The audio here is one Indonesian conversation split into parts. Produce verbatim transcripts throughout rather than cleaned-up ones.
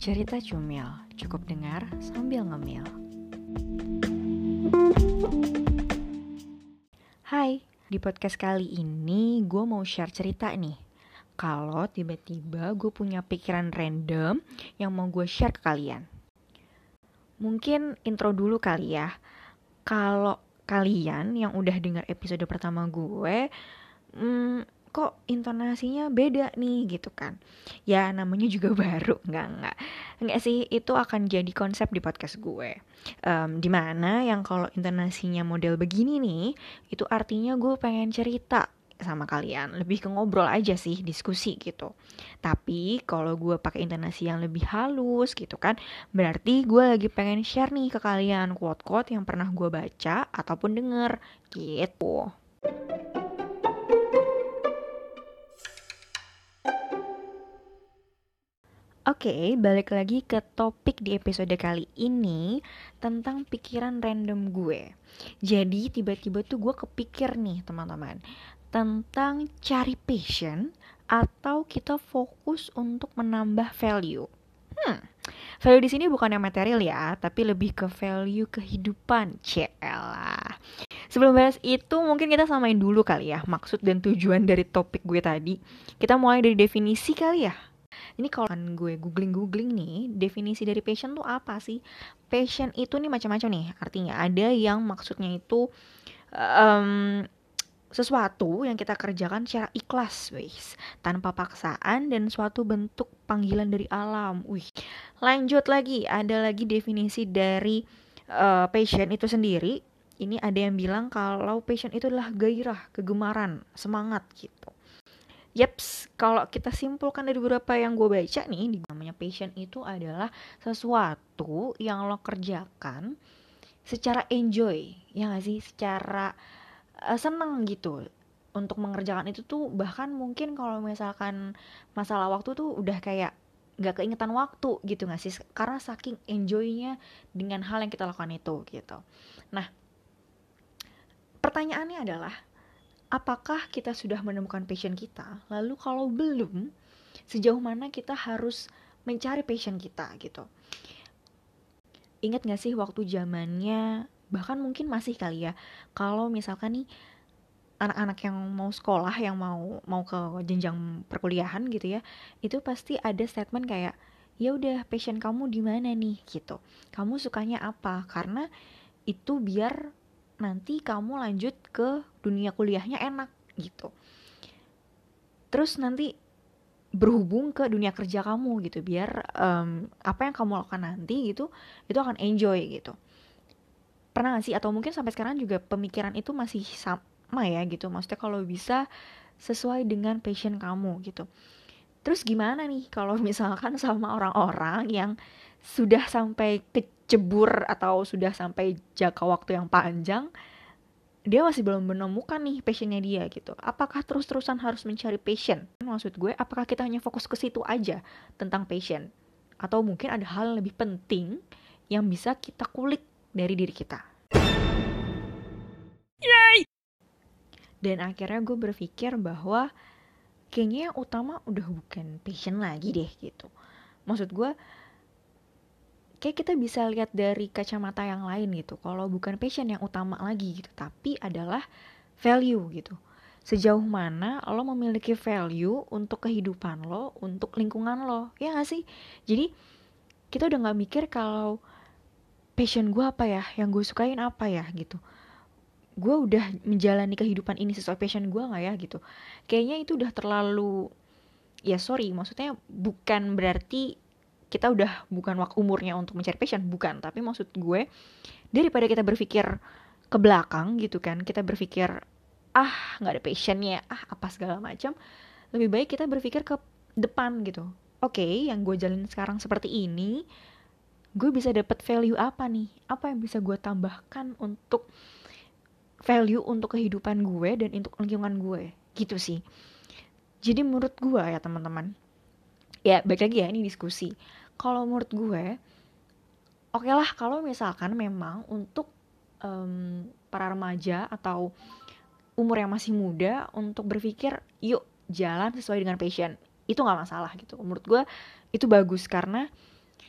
Cerita Cumil, cukup dengar sambil ngemil. Hai, di podcast kali ini gue mau share cerita nih. Kalau tiba-tiba gue punya pikiran random yang mau gue share ke kalian. Mungkin intro dulu kali ya. Kalau kalian yang udah dengar episode pertama gue, hmm, kok intonasinya beda nih gitu kan. Ya namanya juga baru, enggak enggak. Enggak sih, itu akan jadi konsep di podcast gue. Um, dimana yang kalau intonasinya model begini nih, itu artinya gue pengen cerita sama kalian, lebih ke ngobrol aja sih, diskusi gitu. Tapi kalau gue pakai intonasi yang lebih halus gitu kan, berarti gue lagi pengen share nih ke kalian quote-quote yang pernah gue baca ataupun denger gitu. Oke, okay, balik lagi ke topik di episode kali ini tentang pikiran random gue. Jadi tiba-tiba tuh gue kepikir nih teman-teman, tentang cari passion atau kita fokus untuk menambah value. Hmm, value di sini bukan yang material ya, tapi lebih ke value kehidupan. Cielah. Sebelum bahas itu mungkin kita samain dulu kali ya maksud dan tujuan dari topik gue tadi. Kita mulai dari definisi kali ya. Ini kalau kan gue googling-googling nih, definisi dari passion tuh apa sih? Passion itu nih macam-macam nih. Artinya ada yang maksudnya itu um, sesuatu yang kita kerjakan secara ikhlas, wis, tanpa paksaan dan suatu bentuk panggilan dari alam. Wih. Lanjut lagi, ada lagi definisi dari uh, passion itu sendiri. Ini ada yang bilang kalau passion itu adalah gairah, kegemaran, semangat gitu. Yeps, kalau kita simpulkan dari beberapa yang gue baca nih, namanya passion itu adalah sesuatu yang lo kerjakan secara enjoy, ya gak sih? Secara uh, seneng gitu untuk mengerjakan itu tuh. Bahkan mungkin kalau misalkan masalah waktu tuh udah kayak gak keingetan waktu gitu gak sih? Karena saking enjoynya dengan hal yang kita lakukan itu gitu. Nah, pertanyaannya adalah, apakah kita sudah menemukan passion kita? Lalu kalau belum, sejauh mana kita harus mencari passion kita gitu? Ingat gak sih waktu zamannya, bahkan mungkin masih kali ya, kalau misalkan nih anak-anak yang mau sekolah, yang mau mau ke jenjang perkuliahan gitu ya, itu pasti ada statement kayak, ya udah passion kamu di mana nih gitu. Kamu sukanya apa? Karena itu biar nanti kamu lanjut ke dunia kuliahnya enak gitu. Terus nanti berhubung ke dunia kerja kamu gitu, biar um, apa yang kamu lakukan nanti gitu, itu akan enjoy gitu. Pernah gak sih? Atau mungkin sampai sekarang juga pemikiran itu masih sama ya gitu. Maksudnya kalau bisa sesuai dengan passion kamu gitu. Terus gimana nih kalau misalkan sama orang-orang yang sudah sampai kecebur atau sudah sampai jangka waktu yang panjang, dia masih belum menemukan nih passionnya dia gitu. Apakah terus-terusan harus mencari passion? Maksud gue, apakah kita hanya fokus ke situ aja tentang passion? Atau mungkin ada hal yang lebih penting yang bisa kita kulik dari diri kita? Yay! Dan akhirnya gue berpikir bahwa kayaknya yang utama udah bukan passion lagi deh gitu. Maksud gue, kayak kita bisa lihat dari kacamata yang lain gitu. Kalau bukan passion yang utama lagi gitu, tapi adalah value gitu. Sejauh mana lo memiliki value untuk kehidupan lo, untuk lingkungan lo, ya gak sih? Jadi kita udah gak mikir kalau passion gue apa ya, yang gue sukain apa ya gitu. Gue udah menjalani kehidupan ini sesuai passion gue gak ya gitu. Kayaknya itu udah terlalu, ya sorry, maksudnya bukan berarti kita udah bukan waktu umurnya untuk mencari passion, bukan. Tapi maksud gue, daripada kita berpikir ke belakang gitu kan, kita berpikir, ah gak ada passionnya, ah apa segala macam, lebih baik kita berpikir ke depan gitu. Oke, okay, yang gue jalin sekarang seperti ini, gue bisa dapat value apa nih? Apa yang bisa gue tambahkan untuk value untuk kehidupan gue dan untuk lingkungan gue, gitu sih. Jadi menurut gue ya teman-teman, ya balik lagi ya, ini diskusi. Kalau menurut gue, oke okay lah kalau misalkan memang untuk um, para remaja atau umur yang masih muda untuk berpikir yuk jalan sesuai dengan passion, itu gak masalah gitu. Menurut gue itu bagus karena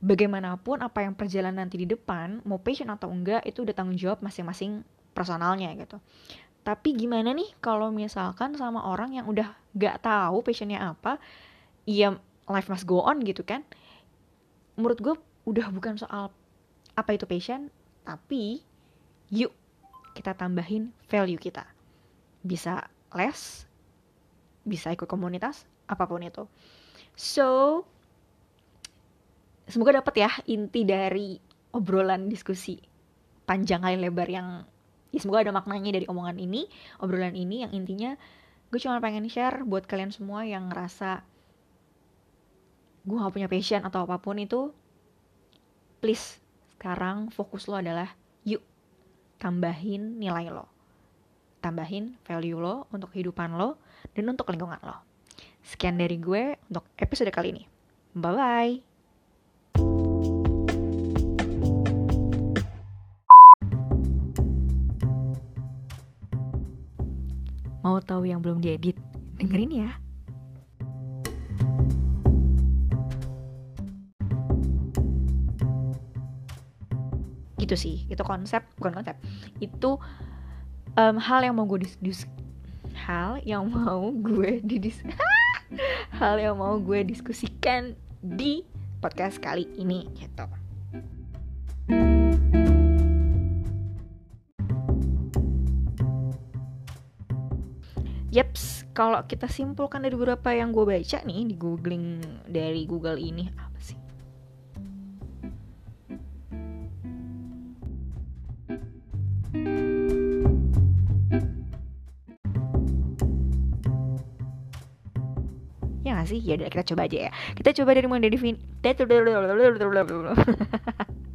bagaimanapun apa yang perjalanan nanti di depan, mau passion atau enggak, itu udah tanggung jawab masing-masing personalnya gitu. Tapi gimana nih kalau misalkan sama orang yang udah gak tahu passionnya apa, ya life must go on gitu kan. Menurut gue udah bukan soal apa itu passion, tapi yuk kita tambahin value kita. Bisa les, bisa ikut komunitas, apapun itu. So, semoga dapat ya inti dari obrolan diskusi panjang kali lebar yang ya semoga ada maknanya dari omongan ini, obrolan ini yang intinya gue cuma pengen share buat kalian semua yang ngerasa gue gak punya passion atau apapun itu. Please, sekarang fokus lo adalah yuk tambahin nilai lo, tambahin value lo untuk kehidupan lo dan untuk lingkungan lo. Sekian dari gue untuk episode kali ini. Bye-bye. Mau tahu yang belum diedit? Dengerin ya. Gitu sih, itu konsep, bukan konsep. Itu um, hal yang mau gue dis, dis hal yang mau gue didis hal yang mau gue diskusikan di podcast kali ini gitu. Yeps, kalau kita simpulkan dari beberapa yang gue baca nih di googling dari Google ini, apa sih? Ya nggak sih? Ya udah kita coba aja ya. Kita coba dari mulai defin.